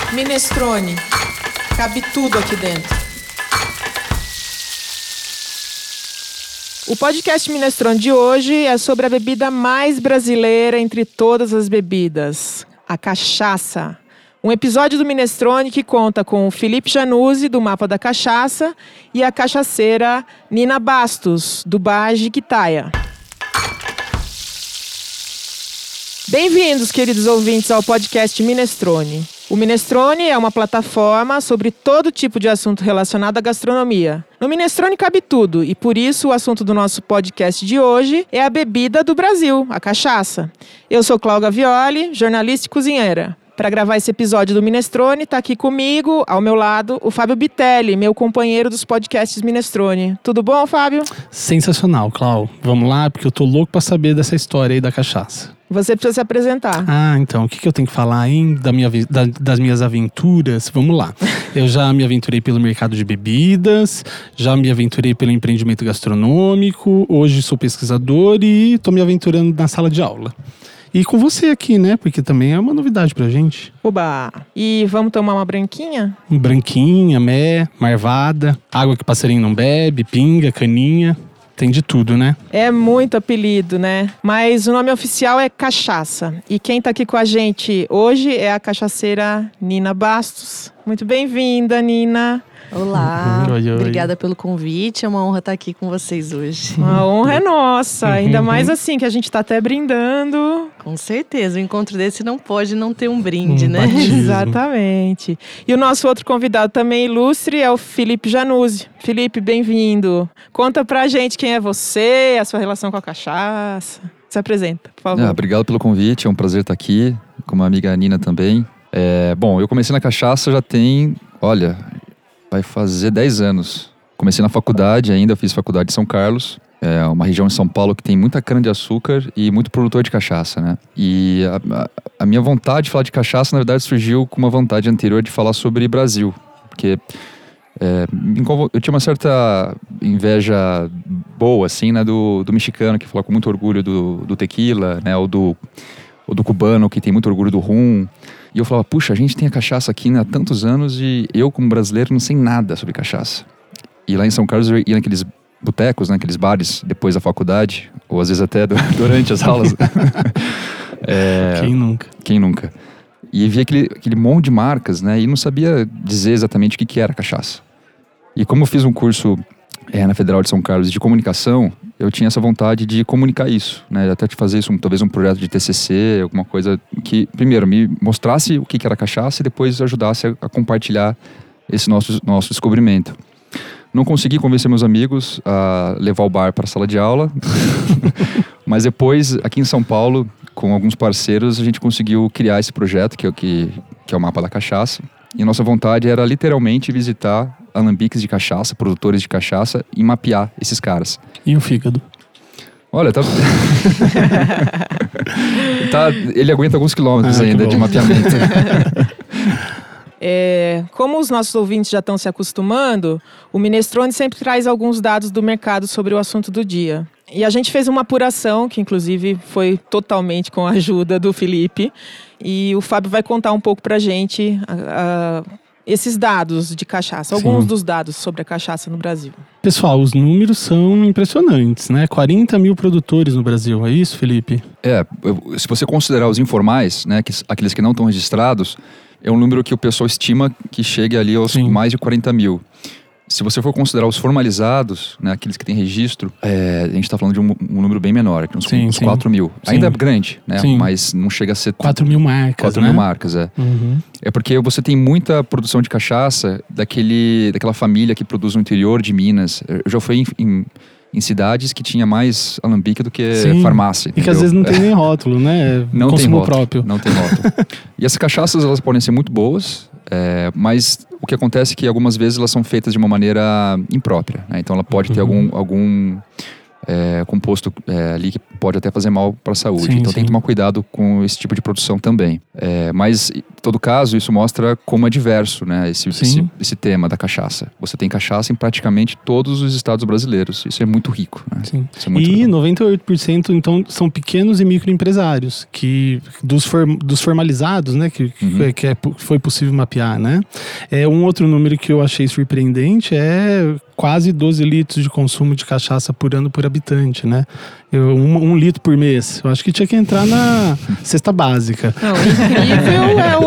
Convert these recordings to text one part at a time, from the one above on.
Minestrone. Cabe tudo aqui dentro. O podcast Minestrone de hoje é sobre a bebida mais brasileira entre todas as bebidas, a cachaça. Um episódio do Minestrone que conta com o Felipe Januzzi, do Mapa da Cachaça, e a cachaceira Nina Bastos, do Bar Jiquitaia. Bem-vindos, queridos ouvintes, ao podcast Minestrone. O Minestrone é uma plataforma sobre todo tipo de assunto relacionado à gastronomia. No Minestrone cabe tudo e, por isso, o assunto do nosso podcast de hoje é a bebida do Brasil, a cachaça. Eu sou Cláudia Violi, jornalista e cozinheira. Para gravar esse episódio do Minestrone, está aqui comigo, ao meu lado, o Fábio Bitelli, meu companheiro dos podcasts Minestrone. Tudo bom, Fábio? Sensacional, Clau. Vamos lá, porque eu tô louco para saber dessa história aí da cachaça. Você precisa se apresentar. Então, o que eu tenho que falar, hein? Das minhas aventuras? Vamos lá. Eu já me aventurei pelo mercado de bebidas, já me aventurei pelo empreendimento gastronômico, hoje sou pesquisador e tô me aventurando na sala de aula. E com você aqui, né? Porque também é uma novidade pra gente. Oba! E vamos tomar uma branquinha? Branquinha, marvada, água que passarinho não bebe, pinga, caninha. Tem de tudo, né? É muito apelido, né? Mas o nome oficial é cachaça. E quem tá aqui com a gente hoje é a cachaceira Nina Bastos. Muito bem-vinda, Nina. Olá, Oi. Obrigada pelo convite, é uma honra estar aqui com vocês hoje. A honra é nossa, ainda mais assim, que a gente tá até brindando. Com certeza, um encontro desse não pode não ter um brinde, né? Batismo. Exatamente. E o nosso outro convidado também ilustre é o Felipe Januzzi. Felipe, bem-vindo. Conta pra gente quem é você, a sua relação com a cachaça. Se apresenta, por favor. Obrigado pelo convite, é um prazer estar aqui, com a amiga Nina também. Bom, eu comecei na cachaça já tem, vai fazer 10 anos. Comecei na faculdade ainda, eu fiz faculdade em São Carlos. É uma região em São Paulo que tem muita cana-de-açúcar e muito produtor de cachaça, né? E a minha vontade de falar de cachaça, na verdade, surgiu com uma vontade anterior de falar sobre Brasil. Porque eu tinha uma certa inveja boa, assim, né? Do mexicano, que fala com muito orgulho do tequila, né? Ou do cubano, que tem muito orgulho do rum. E eu falava, puxa, a gente tem a cachaça aqui, né, há tantos anos e eu, como brasileiro, não sei nada sobre cachaça. E lá em São Carlos eu ia naqueles botecos, naqueles bares, depois da faculdade, ou às vezes até durante as aulas. Quem nunca? E via aquele monte de marcas, né, e não sabia dizer exatamente o que era cachaça. E como eu fiz um curso na Federal de São Carlos de comunicação, eu tinha essa vontade de comunicar isso, né? Até de fazer isso, talvez um projeto de TCC, alguma coisa que, primeiro, me mostrasse o que era cachaça e depois ajudasse a compartilhar esse nosso descobrimento. Não consegui convencer meus amigos a levar o bar para a sala de aula, mas depois, aqui em São Paulo, com alguns parceiros, a gente conseguiu criar esse projeto, que é o Mapa da Cachaça. E a nossa vontade era literalmente visitar alambiques de cachaça, produtores de cachaça e mapear esses caras. E o fígado? Olha, ele aguenta alguns quilômetros ainda de mapeamento. Como os nossos ouvintes já estão se acostumando, o Minestrone sempre traz alguns dados do mercado sobre o assunto do dia. E a gente fez uma apuração, que inclusive foi totalmente com a ajuda do Felipe. E o Fábio vai contar um pouco pra gente esses dados de cachaça, alguns dos dados sobre a cachaça no Brasil. Pessoal, os números são impressionantes, né? 40 mil produtores no Brasil, é isso, Felipe? Se você considerar os informais, né, aqueles que não estão registrados, é um número que o pessoal estima que chegue ali aos mais de 40 mil. Se você for considerar os formalizados, né, aqueles que têm registro, a gente está falando de um número bem menor, uns 4 mil. Sim. Ainda é grande, né? Mas não chega a ser... 4 mil marcas, 4 mil marcas, É porque você tem muita produção de cachaça daquela família que produz no interior de Minas. Eu já fui em cidades que tinha mais alambique do que farmácia. E que às vezes não tem nem rótulo, né? Não consumo tem rótulo, próprio. Não tem rótulo. E essas cachaças, elas podem ser muito boas, mas o que acontece é que algumas vezes elas são feitas de uma maneira imprópria, né? Então ela pode ter algum composto ali que pode até fazer mal para a saúde. Sim, Então sim. tem que tomar cuidado com esse tipo de produção também. Mas, em todo caso, isso mostra como é diverso, né, esse tema da cachaça. Você tem cachaça em praticamente todos os estados brasileiros. Isso é muito rico. Né? Sim. Isso é muito E legal. 98% então são pequenos e microempresários que dos formalizados, né, que foi possível mapear, né? Um outro número que eu achei surpreendente é quase 12 litros de consumo de cachaça por ano por habitante, né? Um litro por mês. Eu acho que tinha que entrar na cesta básica. Não, incrível é o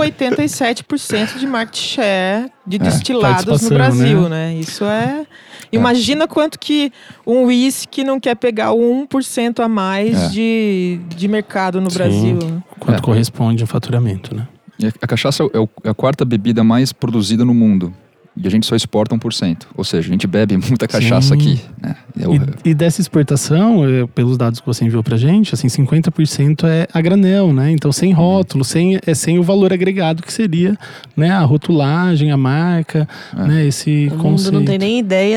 87% de market share de destilados no participação, Brasil, né? Isso é... Imagina quanto que um whisky não quer pegar o 1% a mais de mercado no Sim. Brasil. Quanto corresponde ao faturamento, né? E a cachaça é a quarta bebida mais produzida no mundo. E a gente só exporta 1%. Ou seja, a gente bebe muita cachaça aqui. Né? E dessa exportação, pelos dados que você enviou pra gente, assim, 50% é a granel, né? Então, sem rótulo, sem o valor agregado que seria, né? A rotulagem, a marca, né? Esse O conceito. mundo não tem nem ideia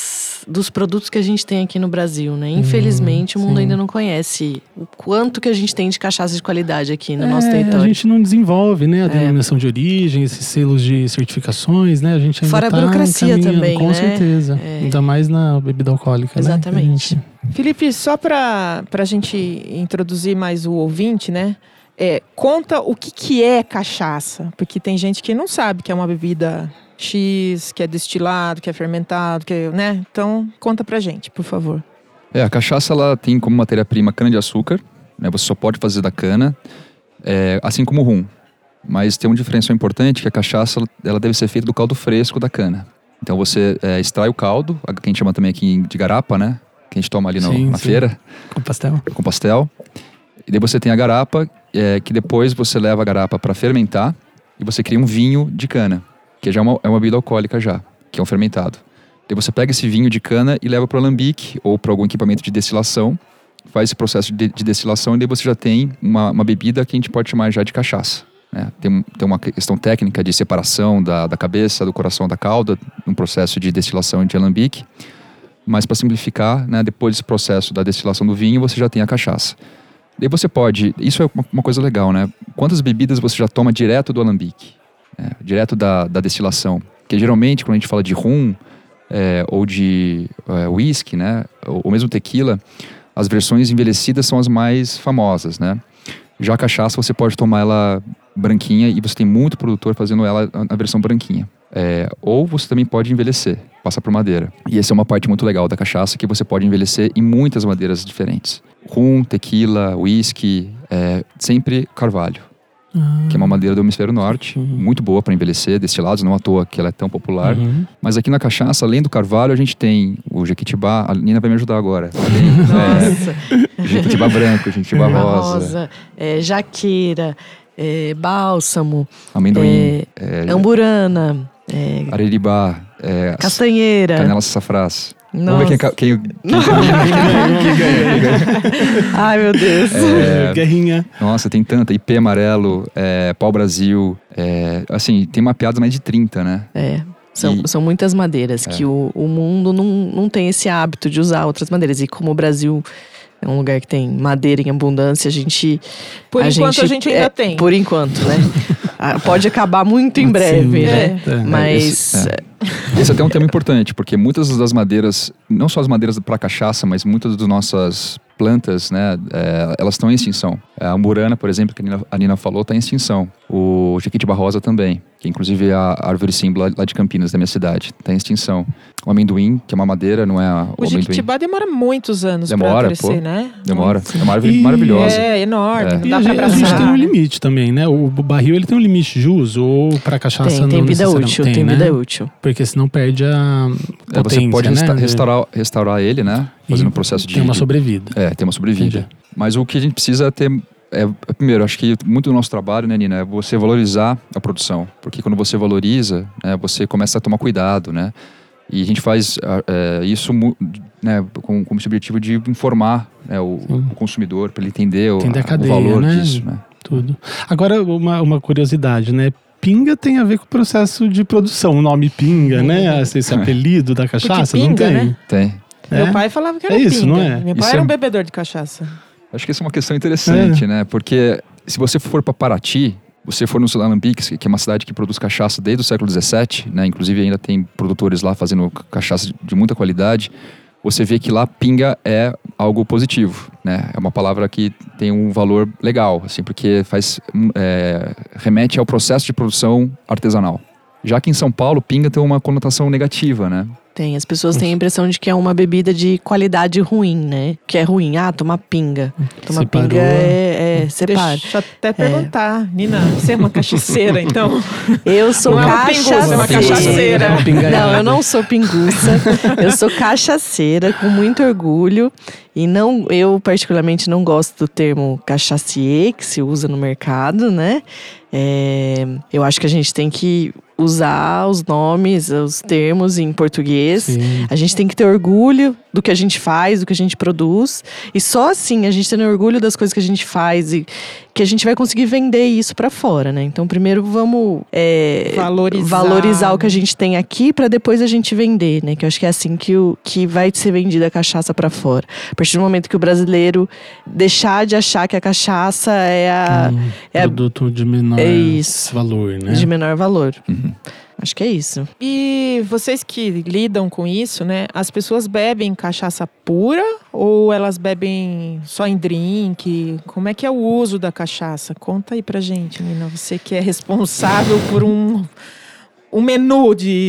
dos produtos que a gente tem aqui no Brasil, né? Infelizmente, o mundo ainda não conhece o quanto que a gente tem de cachaça de qualidade aqui no nosso território. A gente não desenvolve, né? A denominação de origem, esses selos de certificações, né? A gente ainda Fora a tá burocracia caminhando, também, com né? certeza. Ainda mais na bebida alcoólica, Exatamente. né? Felipe, só para a gente introduzir mais o ouvinte, né? Conta o que é cachaça, porque tem gente que não sabe que é uma bebida X, que é destilado, que é fermentado, né? Então, conta pra gente, por favor. A cachaça ela tem como matéria-prima cana-de-açúcar, né? Você só pode fazer da cana, assim como o rum. Mas tem uma diferença importante, que a cachaça ela deve ser feita do caldo fresco da cana. Então você extrai o caldo, que a gente chama também aqui de garapa, né? Que a gente toma ali na feira. Com pastel. Com pastel. E daí você tem a garapa, que depois você leva a garapa para fermentar e você cria um vinho de cana, que já é uma bebida alcoólica já, que é um fermentado. Daí você pega esse vinho de cana e leva para o alambique ou para algum equipamento de destilação, faz esse processo de destilação e daí você já tem uma bebida que a gente pode chamar já de cachaça. Tem uma questão técnica de separação da cabeça, do coração, da cauda, no processo de destilação de alambique. Mas para simplificar, né, depois desse processo da destilação do vinho, você já tem a cachaça. Daí você pode... Isso é uma coisa legal, né? Quantas bebidas você já toma direto do alambique? Direto da destilação? Porque geralmente, quando a gente fala de rum ou de whisky, né, ou mesmo tequila, as versões envelhecidas são as mais famosas, né? Já a cachaça, você pode tomar ela branquinha e você tem muito produtor fazendo ela na versão branquinha. Ou você também pode envelhecer, passar por madeira. E essa é uma parte muito legal da cachaça, que você pode envelhecer em muitas madeiras diferentes. Rum, tequila, whisky, sempre carvalho, que é uma madeira do hemisfério norte, muito boa para envelhecer, destilados, não à toa que ela é tão popular. Mas aqui na cachaça, além do carvalho, a gente tem o jequitibá, a Nina vai me ajudar agora. Nossa. Jequitibá branco, jequitibá rosa. Jaqueira, bálsamo, amendoim, amburana, areiribá, castanheira, canela sassafrás. Nossa. Vamos ver quem ganha. Ai, meu Deus. Guerrinha. Nossa, tem tanta. IP amarelo, pau-brasil. Assim, tem mapeados mais de 30, né? São muitas madeiras que o mundo não tem esse hábito de usar outras madeiras. E como o Brasil é um lugar que tem madeira em abundância, a gente... Por enquanto a gente ainda tem. Por enquanto, né? Pode acabar muito em breve, né? Mas... Esse é até um tema importante, porque muitas das madeiras, não só as madeiras para cachaça, mas muitas das nossas plantas, né, elas estão em extinção. A amburana, por exemplo, que a Nina falou, está em extinção. O jequitibá rosa também, que inclusive é a árvore símbolo lá de Campinas, da minha cidade, está em extinção. O amendoim, que é uma madeira, não é o amendoim. Jequitibá demora muitos anos para crescer, né? Demora. É uma árvore maravilhosa. É enorme, não dá e para a abraçar. gente tem um limite também, né? O barril, ele tem um limite de uso, ou para cachaça não tem vida útil, necessariamente, tem né? vida útil. Porque senão perde a potência, você pode né? restaurar ele, né? Fazendo um processo de... Tem uma sobrevida. Tem uma sobrevida. Entendi. Mas o que a gente precisa ter... primeiro, acho que muito do nosso trabalho, né, Nina, é você valorizar a produção. Porque quando você valoriza, né, você começa a tomar cuidado, né? E a gente faz isso, né, com esse objetivo de informar, né, o consumidor, para ele entender a cadeia, o valor né? disso, né? Tudo. Agora, uma curiosidade, né? Pinga tem a ver com o processo de produção. O nome pinga, né? Esse apelido da cachaça, pinga, não tem? né? Tem. Meu pai falava que era isso, pinga. não é? Meu pai Isso era é- um bebedor de cachaça. Acho que essa é uma questão interessante, né? Porque se você for para Paraty, você for no Alambiques, que é uma cidade que produz cachaça desde o século XVII, né? Inclusive ainda tem produtores lá fazendo cachaça de muita qualidade. Você vê que lá pinga é algo positivo, né? É uma palavra que tem um valor legal, assim, porque remete ao processo de produção artesanal. Já que em São Paulo, pinga tem uma conotação negativa, né? Tem, as pessoas têm a impressão de que é uma bebida de qualidade ruim, né? Que é ruim, tomar pinga. Tomar Separou. pinga separa. Deixa eu até perguntar. Nina, você é uma cachaceira, então? Eu sou Não é uma pinguça, é uma cachaceira. É uma pingaiada. Não, eu não sou pinguça. Eu sou cachaceira, com muito orgulho. E eu particularmente não gosto do termo cachacier, que se usa no mercado, né? Eu acho que a gente tem que usar os nomes, os termos em português. Sim. A gente tem que ter orgulho do que a gente faz, do que a gente produz. E só assim, a gente tendo orgulho das coisas que a gente faz e que a gente vai conseguir vender isso pra fora, né? Então, primeiro vamos valorizar o que a gente tem aqui pra depois a gente vender, né? Que eu acho que é assim que vai ser vendida a cachaça pra fora. A partir do momento que o brasileiro deixar de achar que a cachaça Produto de menor valor, né? de menor valor. Acho que é isso. E vocês que lidam com isso, né? As pessoas bebem cachaça pura ou elas bebem só em drink? Como é que é o uso da cachaça? Conta aí pra gente, Nina. Você que é responsável por um menu de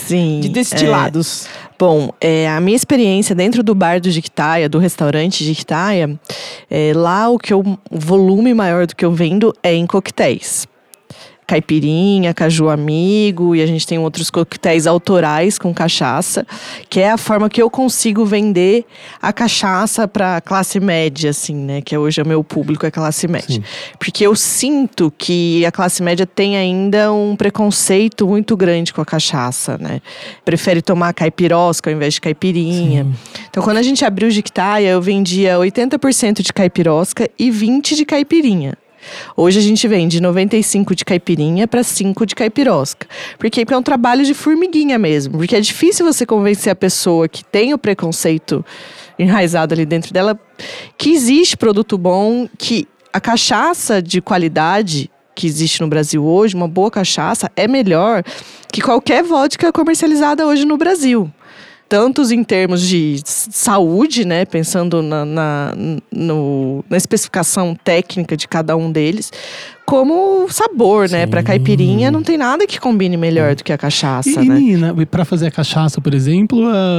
destilados. Bom, a minha experiência dentro do bar do Jequitaia, do restaurante Jequitaia, lá o volume maior do que eu vendo é em coquetéis. Caipirinha, caju amigo, e a gente tem outros coquetéis autorais com cachaça, que é a forma que eu consigo vender a cachaça para classe média, assim, né? Que hoje é o meu público, é classe média. Sim. Porque eu sinto que a classe média tem ainda um preconceito muito grande com a cachaça, né? Prefere tomar caipirosca ao invés de caipirinha. Sim. Então, quando a gente abriu o Jequitaia, eu vendia 80% de caipirosca e 20% de caipirinha. Hoje a gente vende 95 de caipirinha para 5 de caipirosca. Porque é um trabalho de formiguinha mesmo. Porque é difícil você convencer a pessoa que tem o preconceito enraizado ali dentro dela que existe produto bom, que a cachaça de qualidade que existe no Brasil hoje, uma boa cachaça, é melhor que qualquer vodka comercializada hoje no Brasil. Tantos em termos de saúde, né? Pensando na especificação técnica de cada um deles, como sabor, né? Para caipirinha não tem nada que combine melhor do que a cachaça, né? Nina, para fazer a cachaça, por exemplo,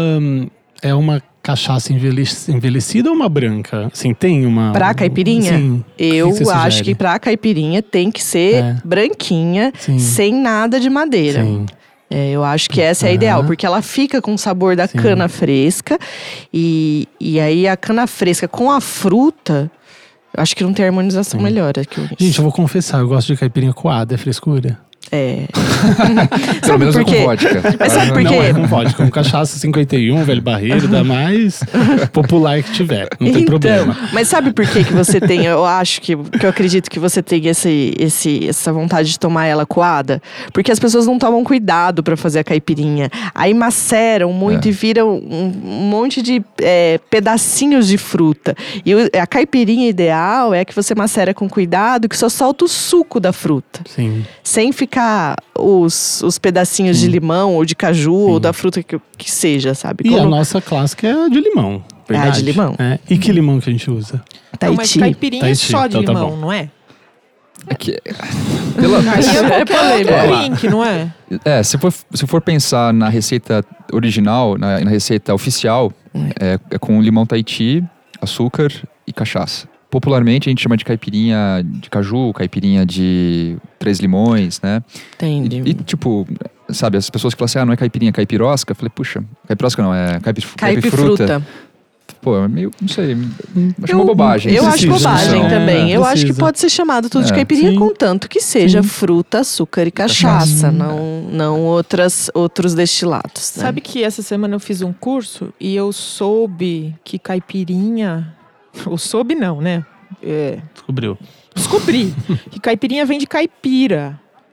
é uma cachaça envelhecida ou uma branca? Assim, tem uma... Pra caipirinha? Sim. Eu O que você acho sugere? que pra caipirinha tem que ser branquinha, Sim. sem nada de madeira. Sim. Eu acho que essa é a ideal, porque ela fica com o sabor da cana fresca. E aí a cana fresca com a fruta, eu acho que não tem harmonização melhor aqui. Gente, eu vou confessar, eu gosto de caipirinha coada, é frescura. Pelo menos com vodka. Mas sabe por Não quê? é com vodka, com cachaça 51, velho barreiro, da mais popular que tiver, não tem problema. Mas sabe por que você tem, eu acredito que você tem essa vontade de tomar ela coada? Porque as pessoas não tomam cuidado pra fazer a caipirinha. Aí maceram muito e viram um monte de pedacinhos de fruta. E a caipirinha ideal é a que você macera com cuidado, que só solta o suco da fruta. Sim. Sem ficar os pedacinhos de limão ou de caju ou da fruta que seja, sabe? E a nossa clássica é a de limão, verdade? É a de limão. E que limão que a gente usa? Não, mas Tahiti. caipirinha é Tahiti, só de então tá limão, bom. não é? É polêmico. Drink, não é? Se for pensar na receita original, na receita oficial, é com limão Tahiti, açúcar e cachaça. Popularmente a gente chama de caipirinha de caju, caipirinha de 3 limões, né? Entendi. E tipo, sabe, as pessoas que falam assim, não é caipirinha, é caipirosca. Eu falei, puxa, caipirosca não, é caipifruta. Pô, é meio, não sei, acho uma bobagem. Eu acho bobagem não. também. Eu acho que Precisa. pode ser chamado tudo de caipirinha, sim. contanto que seja fruta, açúcar e cachaça, não outros destilados. Né? Sabe que essa semana eu fiz um curso e eu soube que caipirinha... Ou soube não, né? Descobriu. Descobri que caipirinha vem de caipira.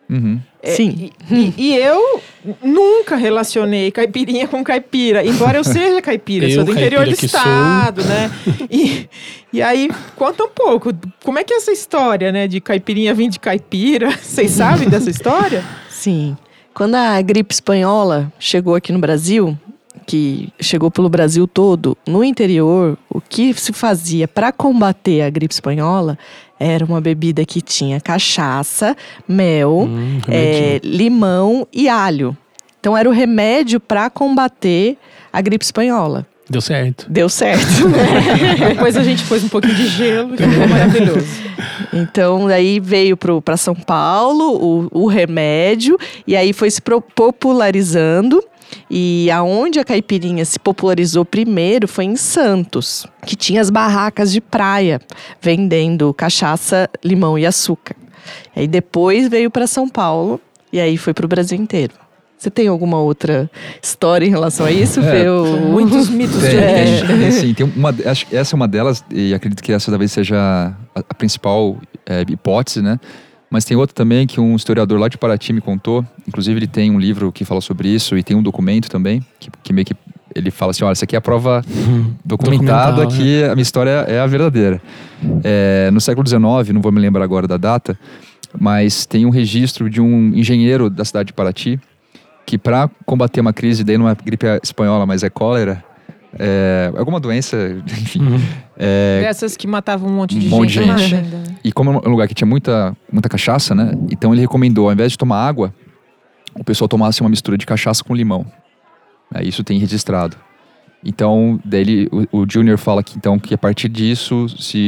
Uhum. Sim. E eu nunca relacionei caipirinha com caipira, embora eu seja caipira, Eu, sou do interior do caipira que estado, né? E aí, conta um pouco, como é que é essa história, né, de caipirinha vir de caipira? Vocês sabem dessa história? Sim. Quando a gripe espanhola chegou aqui no Brasil, que chegou pelo Brasil todo, no interior, o que se fazia para combater a gripe espanhola era uma bebida que tinha cachaça, mel, remedinho. limão e alho. Então era o remédio para combater a gripe espanhola. Deu certo. Deu certo. Depois a gente pôs um pouquinho de gelo e ficou maravilhoso. Então, daí veio para São Paulo o remédio, e aí foi se popularizando. E aonde a caipirinha se popularizou primeiro foi em Santos, que tinha as barracas de praia vendendo cachaça, limão e açúcar. E aí depois veio para São Paulo, e aí foi para o Brasil inteiro. Você tem alguma outra história em relação a isso, Fê? Muitos mitos de origem. Sim, tem acho que essa é uma delas, e acredito que essa talvez seja a principal hipótese, né? Mas tem outra também que um historiador lá de Paraty me contou. Inclusive ele tem um livro que fala sobre isso e tem um documento também, que meio que ele fala assim, olha, isso aqui é a prova documentada que a minha história é a verdadeira. No século XIX, não vou me lembrar agora da data, mas tem um registro de um engenheiro da cidade de Paraty que para combater uma crise, daí não é gripe espanhola, mas é cólera, alguma doença, enfim. Dessas que matavam um monte de monte de gente. gente. E como é um lugar que tinha muita cachaça, né? Então ele recomendou, ao invés de tomar água, o pessoal tomasse uma mistura de cachaça com limão. Isso tem registrado. Então, daí o Junior fala que a partir disso,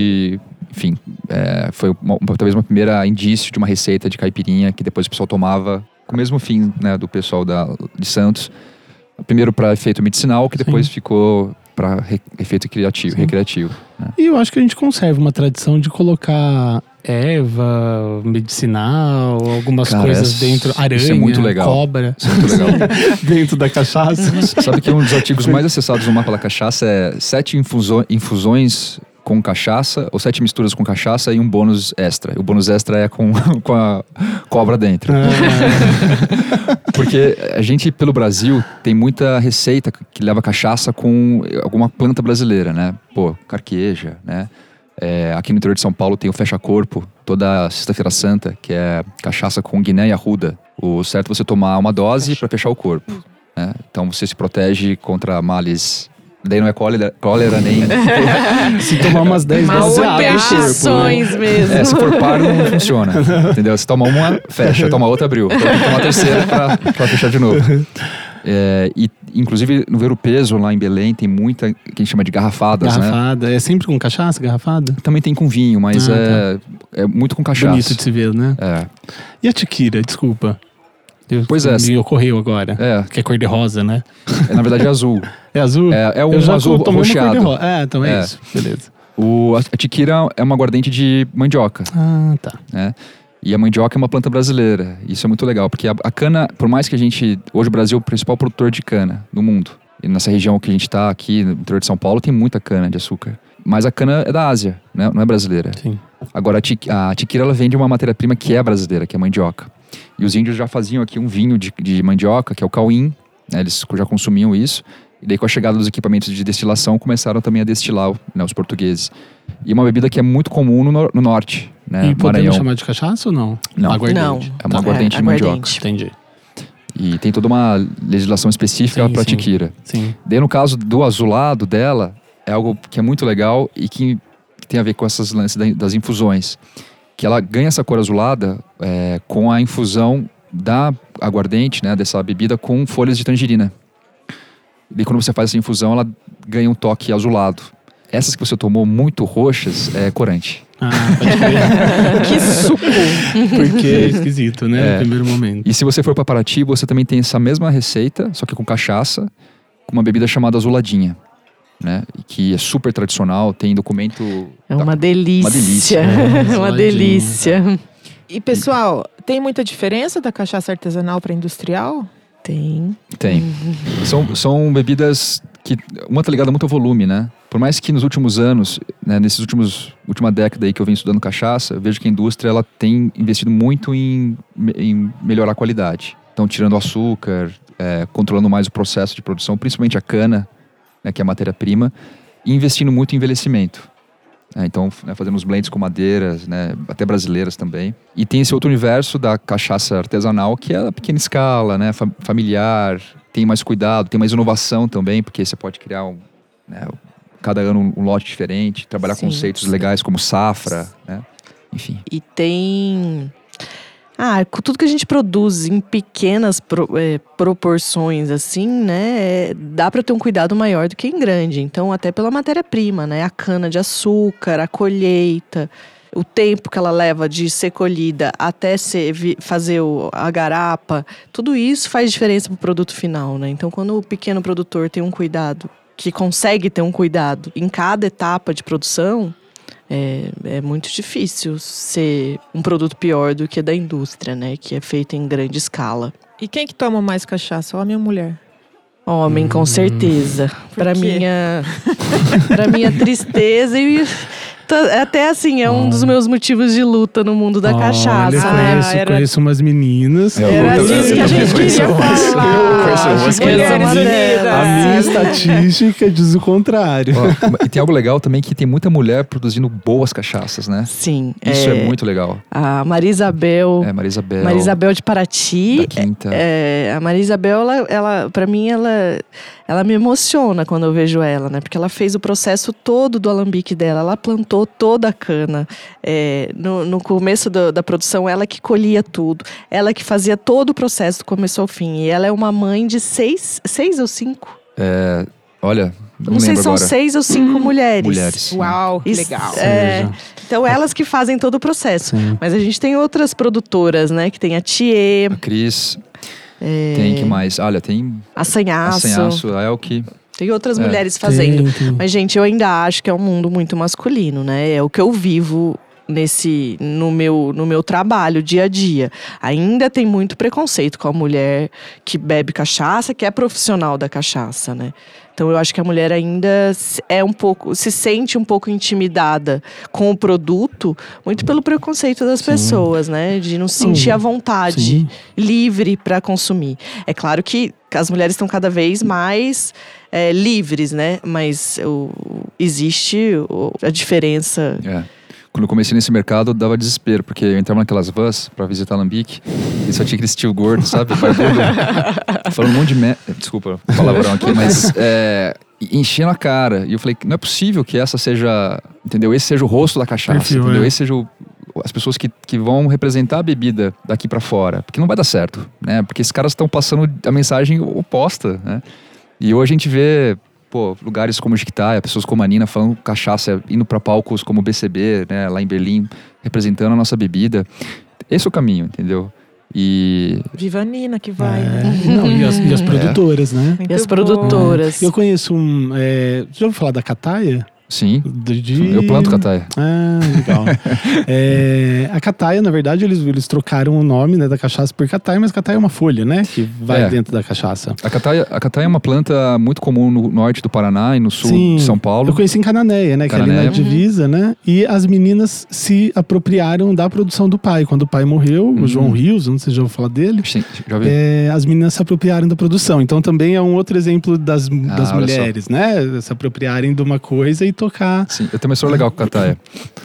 foi talvez uma primeira indício de uma receita de caipirinha que depois o pessoal tomava com o mesmo fim, né, do pessoal de Santos. Primeiro para efeito medicinal, que depois ficou para efeito recreativo. Né? E eu acho que a gente conserva uma tradição de colocar erva medicinal, algumas coisas dentro, aranha, isso é muito legal. Cobra. Isso é muito legal. Dentro da cachaça. Sabe que um dos artigos mais acessados no Mapa da Cachaça é 7 infusões com cachaça, ou 7 misturas com cachaça e um bônus extra. O bônus extra é com a cobra dentro. Porque a gente, pelo Brasil, tem muita receita que leva cachaça com alguma planta brasileira, né? Pô, carqueja, né? Aqui no interior de São Paulo tem o fecha-corpo, toda sexta-feira santa, que é cachaça com guiné e arruda. O certo é você tomar uma dose para fechar o corpo. Né? Então você se protege contra males. Daí não é cólera nem... Se tomar umas 10 vezes superstições mesmo. Se for paro, não funciona. Entendeu? Se toma uma, fecha. Toma outra, abriu. Então tem que tomar a terceira pra fechar de novo. E inclusive no Ver o Peso, lá em Belém, tem muita que a gente chama de garrafadas, Garrafada. né? É sempre com cachaça, garrafada? Também tem com vinho, mas é muito com cachaça. Bonito de se ver, né? E a tiquira, desculpa. Pois é. Me ocorreu agora. Que é cor de rosa, né? Na verdade é azul. É azul? É um azul roxeado. Então é isso. Beleza. A tiquira é uma aguardente de mandioca. Tá. E a mandioca é uma planta brasileira. Isso é muito legal, porque a cana, por mais que a gente... Hoje o Brasil é o principal produtor de cana no mundo. E nessa região que a gente está aqui, no interior de São Paulo, tem muita cana de açúcar. Mas a cana é da Ásia, né? Não é brasileira. Sim. Agora a tiquira, ela vem de uma matéria-prima que é brasileira, que é a mandioca. E os índios já faziam aqui um vinho de mandioca, que é o cauim, né? Eles já consumiam isso. E daí com a chegada dos equipamentos de destilação, começaram também a destilar, né, os portugueses. E uma bebida que é muito comum no norte, né? E podemos chamar de cachaça ou não? Não. Aguardente. É uma aguardente de mandioca. Entendi. E tem toda uma legislação específica para tiquira. Sim. Daí no caso do azulado dela, é algo que é muito legal e que tem a ver com essas lances das infusões. Que ela ganha essa cor azulada com a infusão da aguardente, né, dessa bebida, com folhas de tangerina. E quando você faz essa infusão, ela ganha um toque azulado. Essas que você tomou muito roxas, é corante. Pode crer. Que suco! Porque é esquisito, né? No primeiro momento. E se você for para Paraty, você também tem essa mesma receita, só que com cachaça, com uma bebida chamada azuladinha. Né? Que é super tradicional, tem documento... É uma delícia. Uma delícia. Uma delícia. E pessoal, tem muita diferença da cachaça artesanal para industrial? Tem. São bebidas que... Uma tá ligada muito ao volume, né? Por mais que nos últimos anos, né, última década aí que eu venho estudando cachaça, eu vejo que a indústria ela tem investido muito em melhorar a qualidade. Então, tirando o açúcar, controlando mais o processo de produção, principalmente a cana, né, que é a matéria-prima, e investindo muito em envelhecimento. Então, né, fazemos blends com madeiras, né, até brasileiras também. E tem esse outro universo da cachaça artesanal, que é a pequena escala, né, familiar, tem mais cuidado, tem mais inovação também, porque você pode criar cada ano um lote diferente, trabalhar conceitos legais como safra, né, enfim. E tem... tudo que a gente produz em pequenas proporções, assim, né? Dá para ter um cuidado maior do que em grande. Então, até pela matéria-prima, né? A cana de açúcar, a colheita, o tempo que ela leva de ser colhida até fazer a garapa. Tudo isso faz diferença pro produto final, né? Então, quando o pequeno produtor tem um cuidado, que consegue ter um cuidado em cada etapa de produção... É muito difícil ser um produto pior do que da indústria, né? Que é feito em grande escala. E quem que toma mais cachaça, homem ou mulher? Homem, com certeza. Para minha tristeza e até assim, é um dos meus motivos de luta no mundo da cachaça, né? Conheço umas meninas. Era disso que a gente queria falar. A minha estatística diz o contrário. E tem algo legal também, que tem muita mulher produzindo boas cachaças, né? Sim. Isso é muito legal. A Maria Isabel. Maria Isabel de Paraty. Da Quinta. A Maria Isabel, ela para mim, ela me emociona quando eu vejo ela, né? Porque ela fez o processo todo do alambique dela. Ela plantou toda a cana. No começo da produção, ela que colhia tudo. Ela que fazia todo o processo do começo ao fim. E ela é uma mãe de 6 ou 5? Olha, não sei se são 6 ou 5 mulheres. Uau, que legal. Então, elas que fazem todo o processo. Sim. Mas a gente tem outras produtoras, né? Que tem a Thier. A Cris. Tem que mais? Olha, tem... A Sanhaço. A Elke. Tem outras mulheres fazendo. Tem. Mas, gente, eu ainda acho que é um mundo muito masculino, né? É o que eu vivo no meu trabalho, dia a dia. Ainda tem muito preconceito com a mulher que bebe cachaça, que é profissional da cachaça, né? Então, eu acho que a mulher ainda se sente um pouco intimidada com o produto, muito pelo preconceito das pessoas, né? De não se sentir à vontade, livre para consumir. É claro que as mulheres estão cada vez mais livres, né? Mas existe a diferença. Quando eu comecei nesse mercado, dava desespero, porque eu entrava naquelas vans pra visitar Alambique e só tinha aquele tio gordo, sabe? Falando um monte de desculpa o palavrão aqui, mas enchendo a cara. E eu falei, não é possível que essa seja, entendeu? Esse seja o rosto da cachaça, entendeu? Esse seja as pessoas que vão representar a bebida daqui pra fora. Porque não vai dar certo, né? Porque esses caras estão passando a mensagem oposta, né? E hoje a gente vê... lugares como Jiquitaia, pessoas como a Nina falando cachaça, indo para palcos como o BCB, né, lá em Berlim, representando a nossa bebida. Esse é o caminho, entendeu? E... Viva a Nina que vai. E as produtoras, né? E as produtoras. Eu conheço já ouviu falar da Cataia? Sim, eu planto cataia. Legal. A cataia, na verdade, eles trocaram o nome, né, da cachaça por cataia, mas cataia é uma folha, né, que vai dentro da cachaça. A cataia é uma planta muito comum no norte do Paraná e no sul de São Paulo. Eu conheci em Cananéia, né, que é ali na divisa, né, e as meninas se apropriaram da produção do pai. Quando o pai morreu, o João Rios, não sei se já ouviu falar dele. Sim, já ouvi. As meninas se apropriaram da produção. Então também é um outro exemplo das mulheres, né, se apropriarem de uma coisa e tocar. Sim, eu tenho uma história legal com a cataia.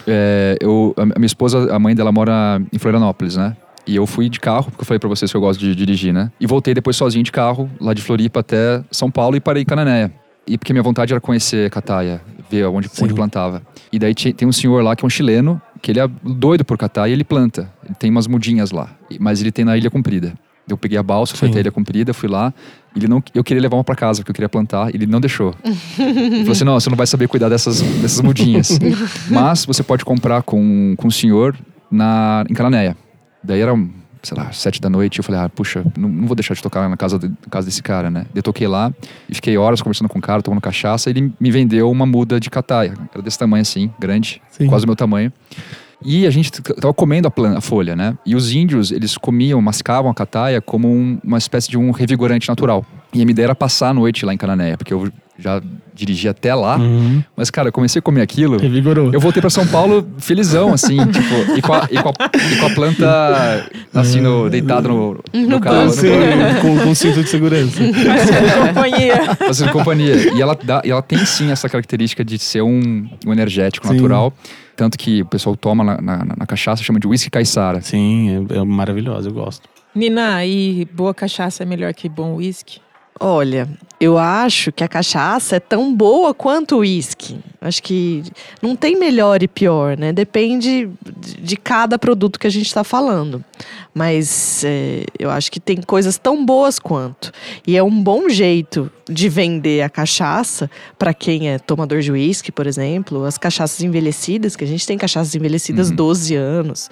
A minha esposa, a mãe dela mora em Florianópolis, né? E eu fui de carro, porque eu falei pra vocês que eu gosto de dirigir, né? E voltei depois sozinho de carro, lá de Floripa até São Paulo e parei em Cananéia. E porque minha vontade era conhecer cataia, ver onde plantava. E daí tem um senhor lá que é um chileno, que ele é doido por cataia e ele planta. Ele tem umas mudinhas lá, mas ele tem na Ilha Comprida. Eu peguei a balsa, fui até a Ilha Comprida, fui lá. Eu queria levar uma pra casa, porque eu queria plantar. Ele não deixou. Ele falou assim, não, você não vai saber cuidar dessas mudinhas. Mas você pode comprar com o senhor em Cananéia. Daí era, 7 da noite. Eu falei, puxa, não vou deixar de tocar na casa desse cara, né? Eu toquei lá e fiquei horas conversando com o cara, tomando cachaça. Ele me vendeu uma muda de cataia. Era desse tamanho assim, grande, quase o meu tamanho. E a gente tava comendo a folha, né? E os índios, eles mascavam a cataia como uma espécie de um revigorante natural. E a minha ideia era passar a noite lá em Cananéia, porque eu já dirigi até lá. Uhum. Mas, cara, eu comecei a comer aquilo. Revigorou. Eu voltei pra São Paulo felizão, assim, tipo, e com a planta, assim, deitada no carro. Com cinto de segurança. Companhia. Fazendo companhia. E ela tem, sim, essa característica de ser um energético Sim. natural. Tanto que o pessoal toma na cachaça, chama de whisky caiçara. Sim, é maravilhoso, eu gosto. Nina, e boa cachaça é melhor que bom whisky? Olha, eu acho que a cachaça é tão boa quanto o uísque. Acho que não tem melhor e pior, né? Depende de cada produto que a gente está falando. Mas eu acho que tem coisas tão boas quanto. E é um bom jeito de vender a cachaça para quem é tomador de uísque, por exemplo. As cachaças envelhecidas, que a gente tem cachaças envelhecidas 12 anos.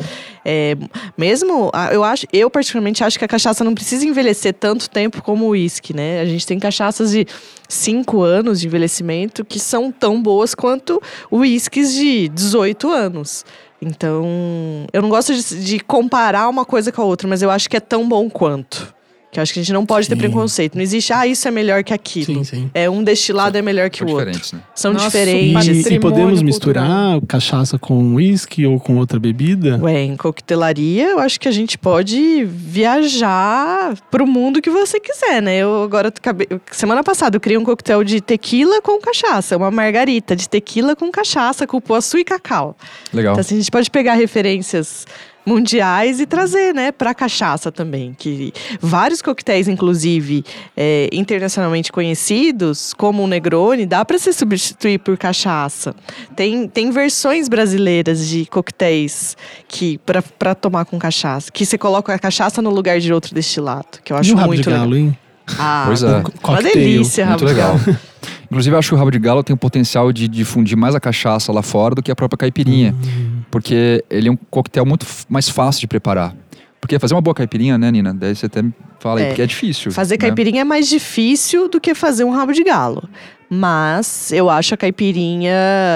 Eu particularmente acho que a cachaça não precisa envelhecer tanto tempo como o uísque, né? A gente tem cachaças de 5 anos de envelhecimento que são tão boas quanto uísques de 18 anos. Então, eu não gosto de comparar uma coisa com a outra, mas eu acho que é tão bom quanto. Que eu acho que a gente não pode ter preconceito. Não existe, isso é melhor que aquilo. Sim. Um destilado é melhor que o outro. Né? São Nossa, diferentes. E podemos cultural. misturar cachaça com uísque ou com outra bebida? Em coquetelaria, eu acho que a gente pode viajar pro mundo que você quiser, né? Semana passada, eu criei um coquetel de tequila com cachaça. Uma margarita de tequila com cachaça, cupuaçu e cacau. Legal. Então, assim, a gente pode pegar referências mundiais e trazer, né, pra cachaça também. Que vários coquetéis, inclusive, internacionalmente conhecidos, como o Negroni, dá para se substituir por cachaça. Tem versões brasileiras de coquetéis para tomar com cachaça, que você coloca a cachaça no lugar de outro destilado, que eu acho E o rabo muito de galo, legal. hein? Pois é. Uma Cocktail. delícia, Muito rabo de legal. galo. Inclusive, eu acho que o rabo de galo tem o potencial de difundir mais a cachaça lá fora do que a própria caipirinha. Porque ele é um coquetel muito mais fácil de preparar. Porque fazer uma boa caipirinha, né, Nina? Daí você até me fala aí, porque é difícil. Fazer né? caipirinha é mais difícil do que fazer um rabo de galo. Mas eu acho a caipirinha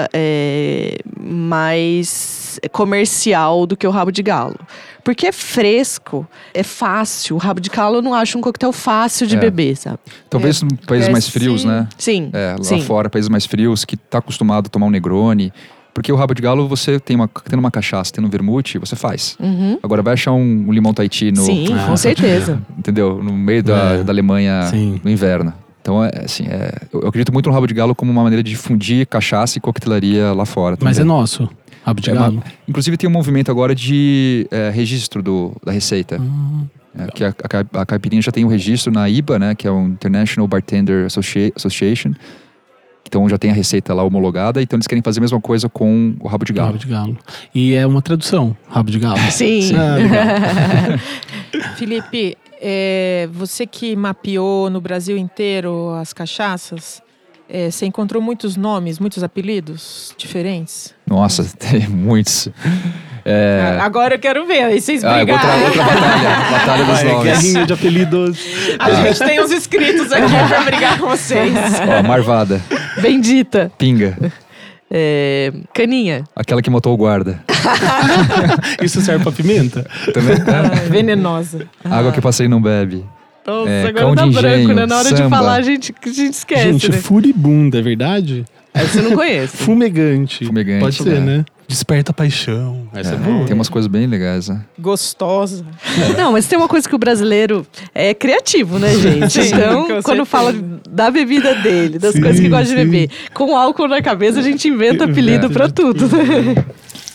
mais comercial do que o rabo de galo. Porque é fresco, é fácil. O rabo de galo eu não acho um coquetel fácil de beber, sabe? Talvez em países mais frios, sim. né? Sim. Lá fora, países mais frios, que tá acostumado a tomar um Negroni. Porque o rabo de galo, você tendo uma cachaça, tendo um vermute, você faz. Agora vai achar um limão Tahiti no... Sim, com certeza. Entendeu? No meio da Alemanha, Sim. no inverno. Então, eu acredito muito no rabo de galo como uma maneira de difundir cachaça e coquetelaria lá fora. Mas é também. nosso, rabo de galo. Inclusive, tem um movimento agora de registro da receita. Que a caipirinha já tem um registro na IBA, né? Que é o International Bartender Association. Então, já tem a receita lá homologada. Então, eles querem fazer a mesma coisa com o rabo de galo. Rabo de galo. E é uma tradução, rabo de galo. Sim. Ah, legal. Felipe, você que mapeou no Brasil inteiro as cachaças, você encontrou muitos nomes, muitos apelidos diferentes? Nossa, tem muitos. Agora eu quero ver, aí vocês brigaram. Outra batalha. Batalha dos nomes. Guerrinha de apelidos. A gente tem uns inscritos aqui pra brigar com vocês. Ó, Marvada, Bendita. Pinga, Caninha. aquela que matou o guarda. Isso serve pra pimenta? Também. Venenosa. Água que passei não bebe. Nossa, agora cão dá de branco, engenho, né? Na hora de samba. falar, a gente esquece, Gente, né? furibunda, é verdade? Essa eu não conheço. Fumegante. Fumegante, Pode ser, é. né? Desperta paixão. Essa é boa. Tem umas coisas bem legais, né? Gostosa. Não, mas tem uma coisa que o brasileiro é criativo, né, gente? Sim, Então, com quando certeza. fala da bebida dele, das Sim, coisas que gosta de sim. beber, com álcool na cabeça, a gente inventa apelido pra tudo, né?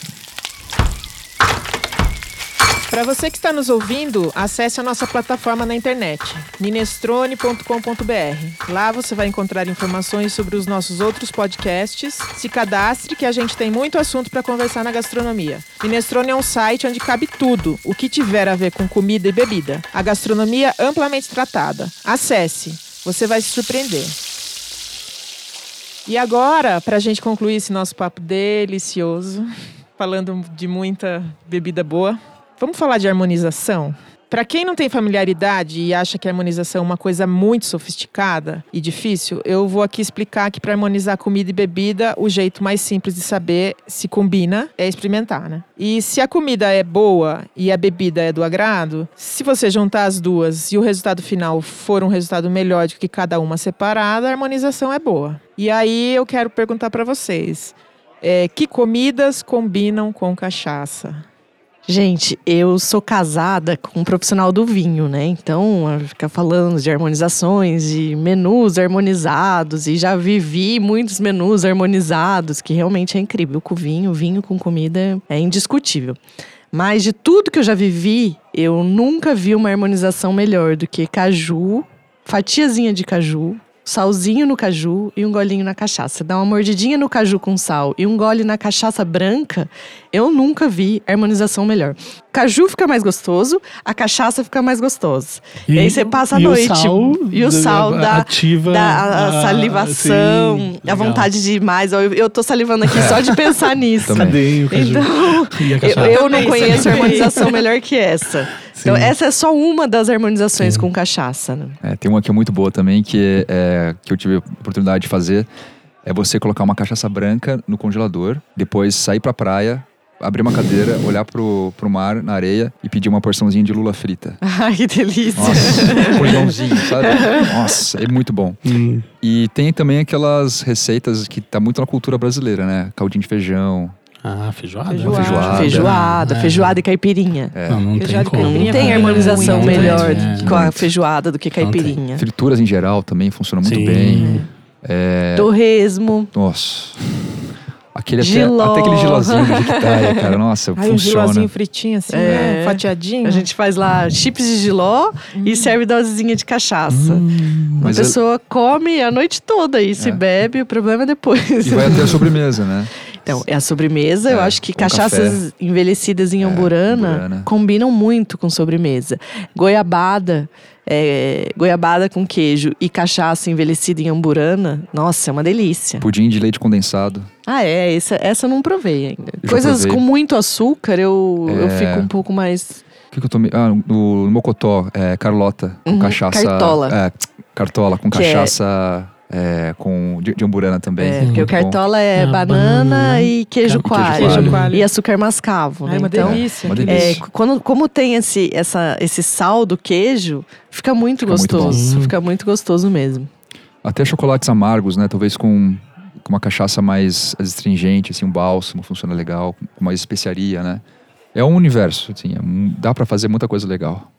Para você que está nos ouvindo, acesse a nossa plataforma na internet, minestrone.com.br. Lá você vai encontrar informações sobre os nossos outros podcasts. Se cadastre que a gente tem muito assunto para conversar na gastronomia. Minestrone é um site onde cabe tudo, o que tiver a ver com comida e bebida. A gastronomia amplamente tratada. Acesse, você vai se surpreender. E agora, para a gente concluir esse nosso papo delicioso, falando de muita bebida boa, vamos falar de harmonização? Para quem não tem familiaridade e acha que a harmonização é uma coisa muito sofisticada e difícil, eu vou aqui explicar que para harmonizar comida e bebida, o jeito mais simples de saber se combina é experimentar, né? E se a comida é boa e a bebida é do agrado, se você juntar as duas e o resultado final for um resultado melhor do que cada uma separada, a harmonização é boa. E aí eu quero perguntar para vocês, que comidas combinam com cachaça? Gente, eu sou casada com um profissional do vinho, né? Então, fica falando de harmonizações, de menus harmonizados. E já vivi muitos menus harmonizados, que realmente é incrível. Com vinho com comida é indiscutível. Mas de tudo que eu já vivi, eu nunca vi uma harmonização melhor do que caju, fatiazinha de caju, salzinho no caju e um golinho na cachaça. Dá uma mordidinha no caju com sal e um gole na cachaça branca, eu nunca vi harmonização melhor. Caju fica mais gostoso, a cachaça fica mais gostosa. E aí você passa a noite. O sal ativa a salivação, sim, a vontade de ir mais. Eu tô salivando aqui só de pensar nisso. Cadê o caju? Então, eu não conheço harmonização melhor que essa. Então, essa é só uma das harmonizações com cachaça, né? Tem uma que é muito boa também, que eu tive a oportunidade de fazer. É você colocar uma cachaça branca no congelador, depois sair pra praia, abrir uma cadeira, olhar pro mar, na areia, e pedir uma porçãozinha de lula frita. Ai, que delícia! Nossa, um colhãozinho, sabe? Nossa, é muito bom. E tem também aquelas receitas que tá muito na cultura brasileira, né? Caldinho de feijão. Feijoada e caipirinha. Não tem como. Não tem harmonização melhor com a feijoada do que caipirinha. Frituras em geral também funcionam muito bem. Torresmo. Nossa. Até aquele gilozinho de Jequitaia, cara. Nossa, funciona. Um gilozinho fritinho assim, né? Fatiadinho. A gente faz lá chips de giló e serve dosezinha de cachaça. Uma pessoa come a noite toda e se bebe, o problema é depois. E vai até a sobremesa, né? Então, a sobremesa, eu acho que cachaças envelhecidas em amburana combinam muito com sobremesa. Goiabada com queijo e cachaça envelhecida em amburana, nossa, é uma delícia. Pudim de leite condensado. Essa eu não provei ainda. Coisas com muito açúcar, eu fico um pouco mais... O que eu tomei? No Mocotó, Carlota, com cachaça... Cartola. Cartola, com cachaça... de amburana também. Porque o cartola é banana e queijo coalho. E açúcar mascavo. Né? Uma delícia. Uma delícia. Como tem esse sal do queijo, fica muito gostoso. Fica muito gostoso mesmo. Até chocolates amargos, né? Talvez com uma cachaça mais astringente, assim, um bálsamo funciona legal, com mais especiaria, né? É um universo, assim, dá pra fazer muita coisa legal.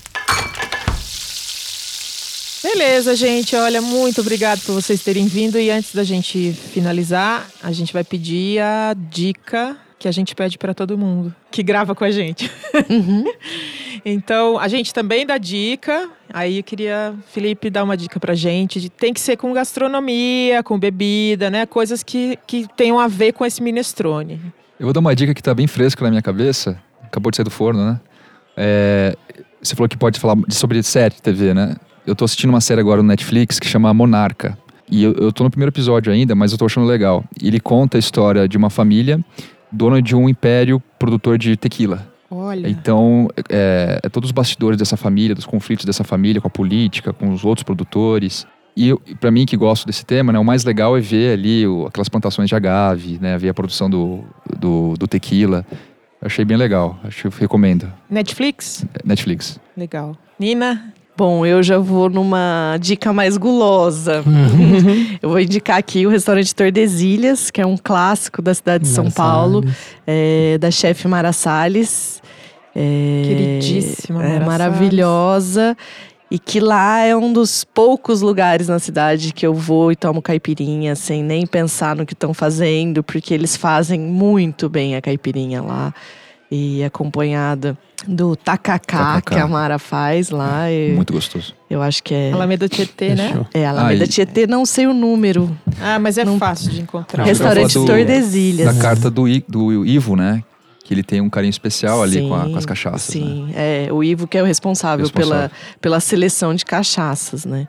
Beleza, gente. Olha, muito obrigado por vocês terem vindo. E antes da gente finalizar, a gente vai pedir a dica que a gente pede para todo mundo que grava com a gente. Então, a gente também dá dica. Aí eu queria, Felipe, dar uma dica pra gente. Tem que ser com gastronomia, com bebida, né? Coisas que tenham a ver com esse minestrone. Eu vou dar uma dica que tá bem fresca na minha cabeça. Acabou de sair do forno, né? Você falou que pode falar sobre série de TV, né? Eu tô assistindo uma série agora no Netflix que chama Monarca. E eu tô no primeiro episódio ainda, mas eu tô achando legal. Ele conta a história de uma família dona de um império produtor de tequila. Olha. Então, todos os bastidores dessa família, dos conflitos dessa família com a política, com os outros produtores. E pra mim, que gosto desse tema, né, o mais legal é ver ali aquelas plantações de agave, né, ver a produção do tequila. Eu achei bem legal, recomendo. Netflix? Netflix. Legal. Nina? Bom, eu já vou numa dica mais gulosa. Eu vou indicar aqui o restaurante Tordesilhas, que é um clássico da cidade de São Paulo, da chefe Mara Salles. Queridíssima Mara Salles. Maravilhosa. E que lá é um dos poucos lugares na cidade que eu vou e tomo caipirinha sem nem pensar no que estão fazendo, porque eles fazem muito bem a caipirinha lá. E acompanhada do tacacá que a Mara faz lá. Muito gostoso. Eu acho que é... Alameda Tietê, né? Alameda Tietê, não sei o número. Mas é fácil de encontrar. Restaurante Tordesilhas. Da carta do Ivo, né? Que ele tem um carinho especial ali com as cachaças. Sim, né? o Ivo que é o responsável. Pela seleção de cachaças, né?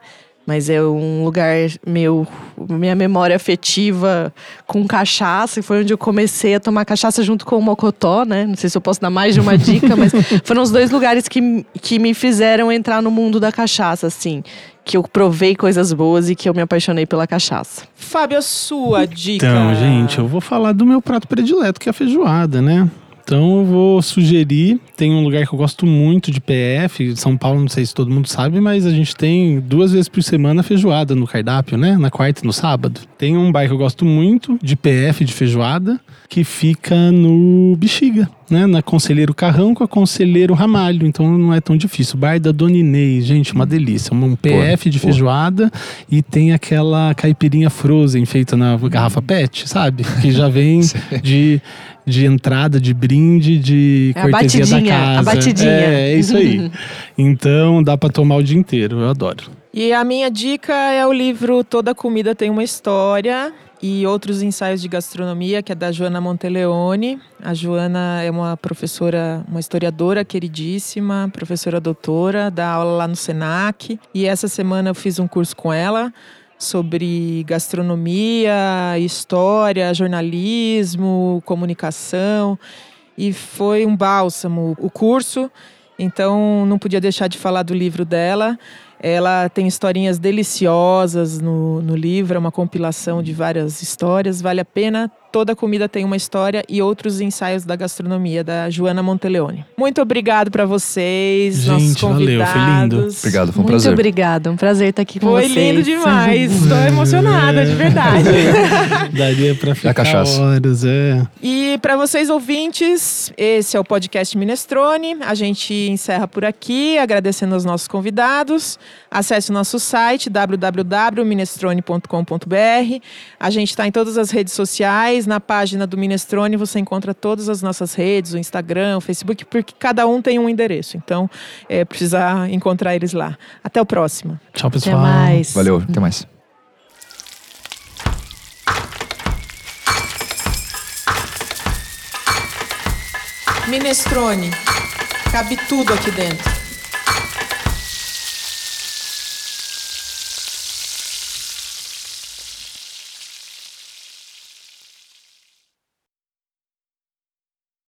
Mas é um lugar minha memória afetiva com cachaça, foi onde eu comecei a tomar cachaça junto com o Mocotó, né? Não sei se eu posso dar mais de uma dica, mas foram os 2 lugares que me fizeram entrar no mundo da cachaça, assim. Que eu provei coisas boas e que eu me apaixonei pela cachaça. Fábio, a sua dica? Então, gente, eu vou falar do meu prato predileto, que é a feijoada, né? Então eu vou sugerir, tem um lugar que eu gosto muito de PF, São Paulo, não sei se todo mundo sabe, mas a gente tem 2 vezes por semana feijoada no cardápio, né? Na quarta e no sábado. Tem um bar que eu gosto muito de PF, de feijoada, que fica no Bexiga, né? Na Conselheiro Carrão com a Conselheiro Ramalho, então não é tão difícil. Bar da Dona Inês, gente, uma delícia. Um PF de feijoada e tem aquela caipirinha frozen feita na garrafa PET, sabe? Que já vem de entrada, de brinde, de cortesia da casa. A batidinha. É isso aí. Então dá pra tomar o dia inteiro, eu adoro. E a minha dica é o livro Toda Comida Tem Uma História e Outros Ensaios de Gastronomia, que é da Joana Monteleone. A Joana é uma professora, uma historiadora queridíssima, professora doutora, dá aula lá no Senac. E essa semana eu fiz um curso com ela sobre gastronomia, história, jornalismo, comunicação, e foi um bálsamo o curso, então não podia deixar de falar do livro dela. Ela tem historinhas deliciosas no livro, é uma compilação de várias histórias, vale a pena. Toda Comida Tem Uma História e Outros Ensaios da Gastronomia, da Joana Monteleone. Muito obrigado para vocês, gente, nossos convidados. Valeu, foi lindo. Obrigado, foi um Muito prazer. obrigada, um prazer estar aqui com vocês. Foi lindo demais, estou emocionada, de verdade. Daria pra ficar cachaça. horas, E para vocês ouvintes, esse é o podcast Minestrone. A gente encerra por aqui, agradecendo aos nossos convidados. Acesse o nosso site www.minestrone.com.br. A gente está em todas as redes sociais. Na página do Minestrone você encontra todas as nossas redes, o Instagram, o Facebook, porque cada um tem um endereço. Então, precisa encontrar eles lá. Até o próximo. Tchau, pessoal. Até mais. Valeu, até mais. Minestrone. Cabe tudo aqui dentro.